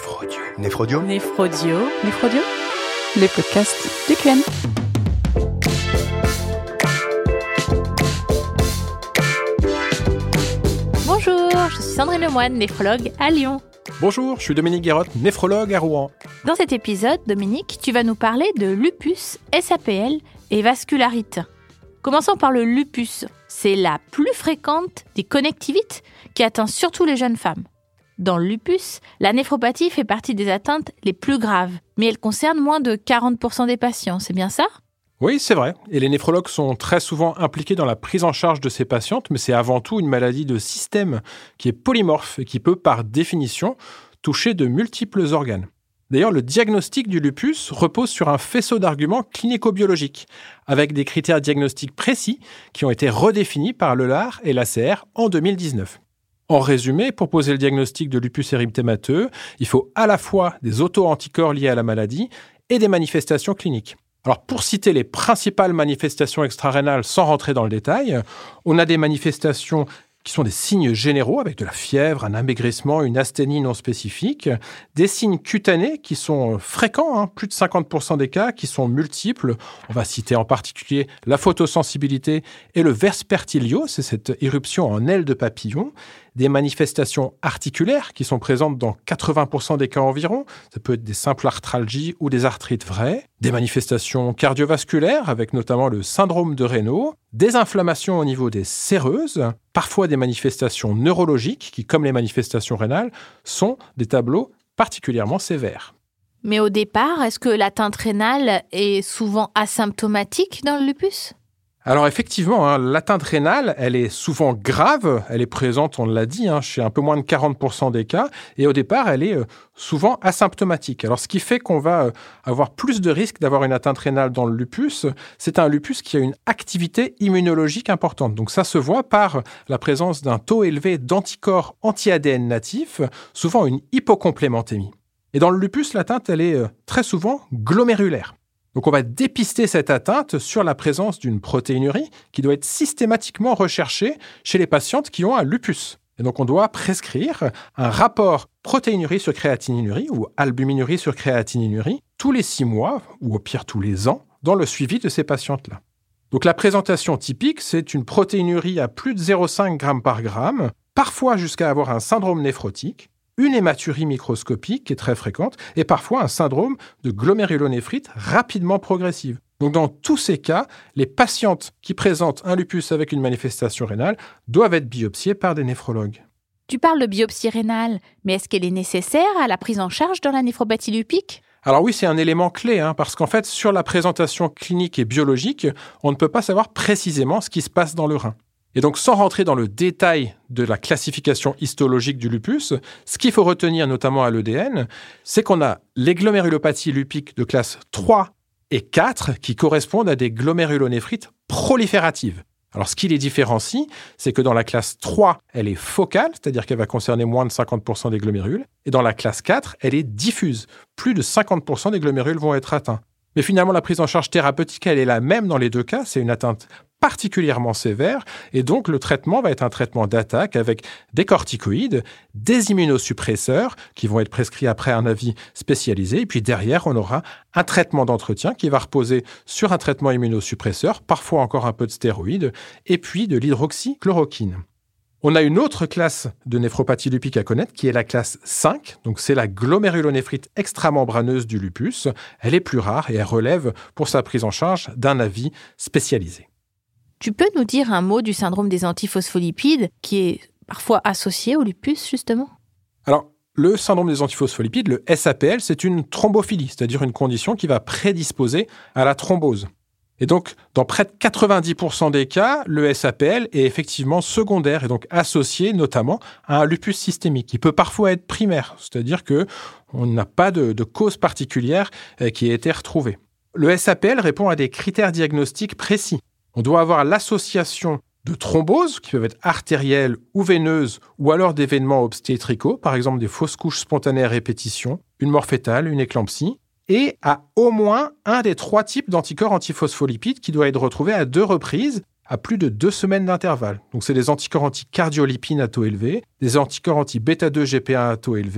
Néphrodio. Les podcasts du QN. Bonjour, je suis Sandrine Lemoine, néphrologue à Lyon. Bonjour, je suis Dominique Guérotte, néphrologue à Rouen. Dans cet épisode, Dominique, tu vas nous parler de lupus, SAPL et vascularite. Commençons par le lupus. C'est la plus fréquente des connectivites qui atteint surtout les jeunes femmes. Dans le lupus, la néphropathie fait partie des atteintes les plus graves, mais elle concerne moins de 40% des patients, c'est bien ça ? Oui, c'est vrai. Et les néphrologues sont très souvent impliqués dans la prise en charge de ces patientes, mais c'est avant tout une maladie de système qui est polymorphe et qui peut, par définition, toucher de multiples organes. D'ailleurs, le diagnostic du lupus repose sur un faisceau d'arguments clinico-biologiques, avec des critères diagnostiques précis qui ont été redéfinis par l'EULAR et l'ACR en 2019. En résumé, pour poser le diagnostic de lupus érythémateux, il faut à la fois des auto-anticorps liés à la maladie et des manifestations cliniques. Alors, pour citer les principales manifestations extrarénales sans rentrer dans le détail, on a des manifestations qui sont des signes généraux avec de la fièvre, un amaigrissement, une asthénie non spécifique, des signes cutanés qui sont fréquents, plus de 50% des cas, qui sont multiples. On va citer en particulier la photosensibilité et le vespertilio, c'est cette éruption en aile de papillon, des manifestations articulaires qui sont présentes dans 80% des cas environ. Ça peut être des simples arthralgies ou des arthrites vraies. Des manifestations cardiovasculaires avec notamment le syndrome de Raynaud. Des inflammations au niveau des séreuses. Parfois des manifestations neurologiques qui, comme les manifestations rénales, sont des tableaux particulièrement sévères. Mais au départ, est-ce que l'atteinte rénale est souvent asymptomatique dans le lupus ? Alors effectivement, l'atteinte rénale, elle est souvent grave, elle est présente, on l'a dit, chez un peu moins de 40% des cas, et au départ, elle est souvent asymptomatique. Alors ce qui fait qu'on va avoir plus de risques d'avoir une atteinte rénale dans le lupus, c'est un lupus qui a une activité immunologique importante. Donc ça se voit par la présence d'un taux élevé d'anticorps anti-ADN natifs, souvent une hypocomplémentémie. Et dans le lupus, l'atteinte, elle est très souvent glomérulaire. Donc on va dépister cette atteinte sur la présence d'une protéinurie qui doit être systématiquement recherchée chez les patientes qui ont un lupus. Et donc on doit prescrire un rapport protéinurie sur créatininurie ou albuminurie sur créatininurie tous les 6 mois, ou au pire tous les ans, dans le suivi de ces patientes-là. Donc la présentation typique, c'est une protéinurie à plus de 0,5 g par gramme, parfois jusqu'à avoir un syndrome néphrotique, une hématurie microscopique qui est très fréquente et parfois un syndrome de glomérulonéphrite rapidement progressive. Donc dans tous ces cas, les patientes qui présentent un lupus avec une manifestation rénale doivent être biopsiées par des néphrologues. Tu parles de biopsie rénale, mais est-ce qu'elle est nécessaire à la prise en charge dans la néphropathie lupique ? Alors oui, c'est un élément clé, parce qu'en fait, sur la présentation clinique et biologique, on ne peut pas savoir précisément ce qui se passe dans le rein. Et donc, sans rentrer dans le détail de la classification histologique du lupus, ce qu'il faut retenir notamment à l'EDN, c'est qu'on a les glomérulopathies lupiques de classe 3 et 4 qui correspondent à des glomérulonéphrite prolifératives. Alors, ce qui les différencie, c'est que dans la classe 3, elle est focale, c'est-à-dire qu'elle va concerner moins de 50% des glomérules, et dans la classe 4, elle est diffuse. Plus de 50% des glomérules vont être atteints. Mais finalement, la prise en charge thérapeutique, elle est la même dans les deux cas. C'est une atteinte particulièrement sévère. Et donc, le traitement va être un traitement d'attaque avec des corticoïdes, des immunosuppresseurs qui vont être prescrits après un avis spécialisé. Et puis derrière, on aura un traitement d'entretien qui va reposer sur un traitement immunosuppresseur, parfois encore un peu de stéroïdes, et puis de l'hydroxychloroquine. On a une autre classe de néphropathie lupique à connaître qui est la classe 5. Donc, c'est la glomérulonéphrite extramembraneuse du lupus. Elle est plus rare et elle relève pour sa prise en charge d'un avis spécialisé. Tu peux nous dire un mot du syndrome des antiphospholipides qui est parfois associé au lupus, justement ? Alors, le syndrome des antiphospholipides, le SAPL, c'est une thrombophilie, c'est-à-dire une condition qui va prédisposer à la thrombose. Et donc, dans près de 90% des cas, le SAPL est effectivement secondaire et donc associé notamment à un lupus systémique. Il peut parfois être primaire, c'est-à-dire qu'on n'a pas de cause particulière qui a été retrouvée. Le SAPL répond à des critères diagnostiques précis. On doit avoir l'association de thromboses, qui peuvent être artérielles ou veineuses, ou alors d'événements obstétricaux, par exemple des fausses couches spontanées à répétition, une mort fœtale, une éclampsie, et à au moins un des 3 types d'anticorps antiphospholipides qui doit être retrouvé à 2 reprises à plus de 2 semaines d'intervalle. Donc c'est des anticorps anticardiolipines à taux élevé, des anticorps anti-bêta-2 GP1 à taux élevé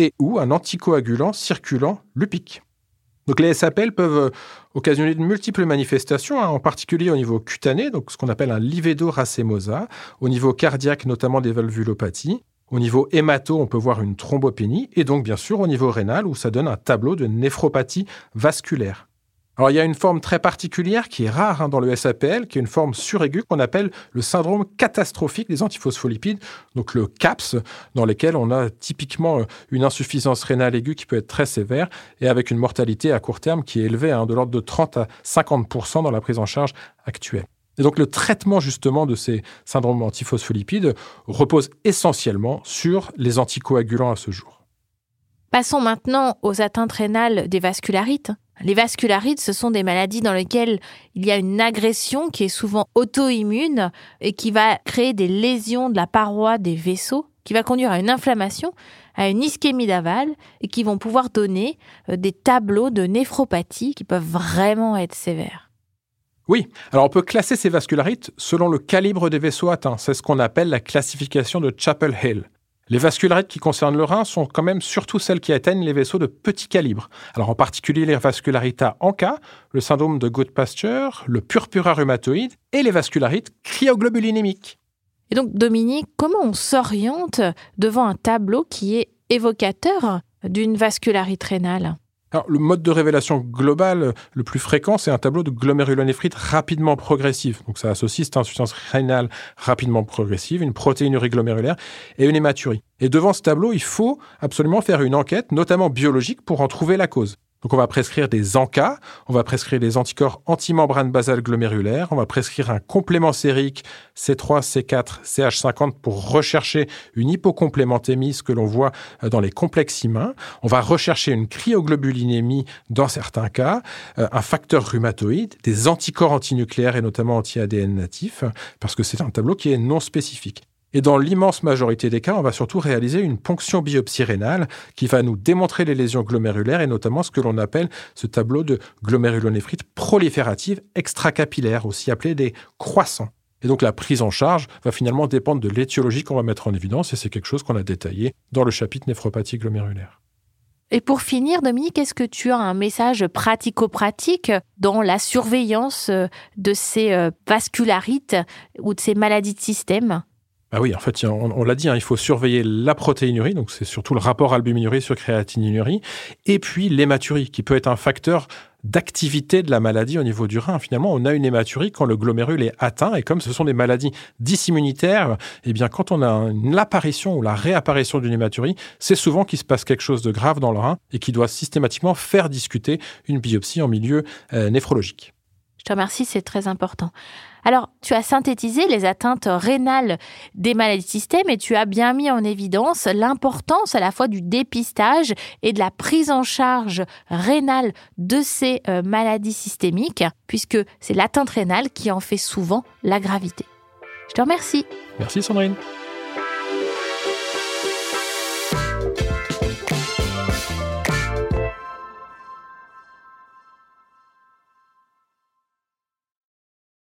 et ou un anticoagulant circulant lupique. Donc les SAPL peuvent occasionner de multiples manifestations, en particulier au niveau cutané, donc ce qu'on appelle un livedo racemosa, au niveau cardiaque, notamment des valvulopathies. Au niveau hémato, on peut voir une thrombopénie, et donc bien sûr au niveau rénal, où ça donne un tableau de néphropathie vasculaire. Alors il y a une forme très particulière qui est rare dans le SAPL, qui est une forme suraiguë qu'on appelle le syndrome catastrophique des antiphospholipides, donc le CAPS, dans lequel on a typiquement une insuffisance rénale aiguë qui peut être très sévère et avec une mortalité à court terme qui est élevée, de l'ordre de 30 à 50% dans la prise en charge actuelle. Et donc le traitement justement de ces syndromes antiphospholipides repose essentiellement sur les anticoagulants à ce jour. Passons maintenant aux atteintes rénales des vascularites. Les vascularites, ce sont des maladies dans lesquelles il y a une agression qui est souvent auto-immune et qui va créer des lésions de la paroi des vaisseaux, qui va conduire à une inflammation, à une ischémie d'aval et qui vont pouvoir donner des tableaux de néphropathie qui peuvent vraiment être sévères. Oui, alors on peut classer ces vascularites selon le calibre des vaisseaux atteints. C'est ce qu'on appelle la classification de Chapel-Hill. Les vascularites qui concernent le rein sont quand même surtout celles qui atteignent les vaisseaux de petit calibre. Alors en particulier les vascularites à ANCA, le syndrome de Goodpasture, le purpura rhumatoïde et les vascularites cryoglobulinémiques. Et donc Dominique, comment on s'oriente devant un tableau qui est évocateur d'une vascularite rénale ? Alors, le mode de révélation global le plus fréquent, c'est un tableau de glomérulonéphrite rapidement progressive. Donc ça associe cette insuffisance rénale rapidement progressive, une protéinurie glomérulaire et une hématurie. Et devant ce tableau, il faut absolument faire une enquête, notamment biologique, pour en trouver la cause. Donc on va prescrire des ANCA, on va prescrire des anticorps antimembrane basale glomérulaire, on va prescrire un complément sérique C3, C4, CH50 pour rechercher une hypocomplémentémie, ce que l'on voit dans les complexes humains. On va rechercher une cryoglobulinémie dans certains cas, un facteur rhumatoïde, des anticorps antinucléaires et notamment anti-ADN natifs, parce que c'est un tableau qui est non spécifique. Et dans l'immense majorité des cas, on va surtout réaliser une ponction biopsie rénale qui va nous démontrer les lésions glomérulaires et notamment ce que l'on appelle ce tableau de glomérulonéphrite proliférative extracapillaire, aussi appelé des croissants. Et donc la prise en charge va finalement dépendre de l'étiologie qu'on va mettre en évidence et c'est quelque chose qu'on a détaillé dans le chapitre néphropathie glomérulaire. Et pour finir, Dominique, est-ce que tu as un message pratico-pratique dans la surveillance de ces vascularites ou de ces maladies de système ? Ah oui, en fait, on l'a dit, il faut surveiller la protéinurie, donc c'est surtout le rapport albuminurie sur créatininurie, et puis l'hématurie, qui peut être un facteur d'activité de la maladie au niveau du rein. Finalement, on a une hématurie quand le glomérule est atteint, et comme ce sont des maladies dysimmunitaires, eh bien, quand on a l'apparition ou la réapparition d'une hématurie, c'est souvent qu'il se passe quelque chose de grave dans le rein et qui doit systématiquement faire discuter une biopsie en milieu néphrologique. Je te remercie, c'est très important. Alors, tu as synthétisé les atteintes rénales des maladies de système et tu as bien mis en évidence l'importance à la fois du dépistage et de la prise en charge rénale de ces maladies systémiques, puisque c'est l'atteinte rénale qui en fait souvent la gravité. Je te remercie. Merci Sandrine.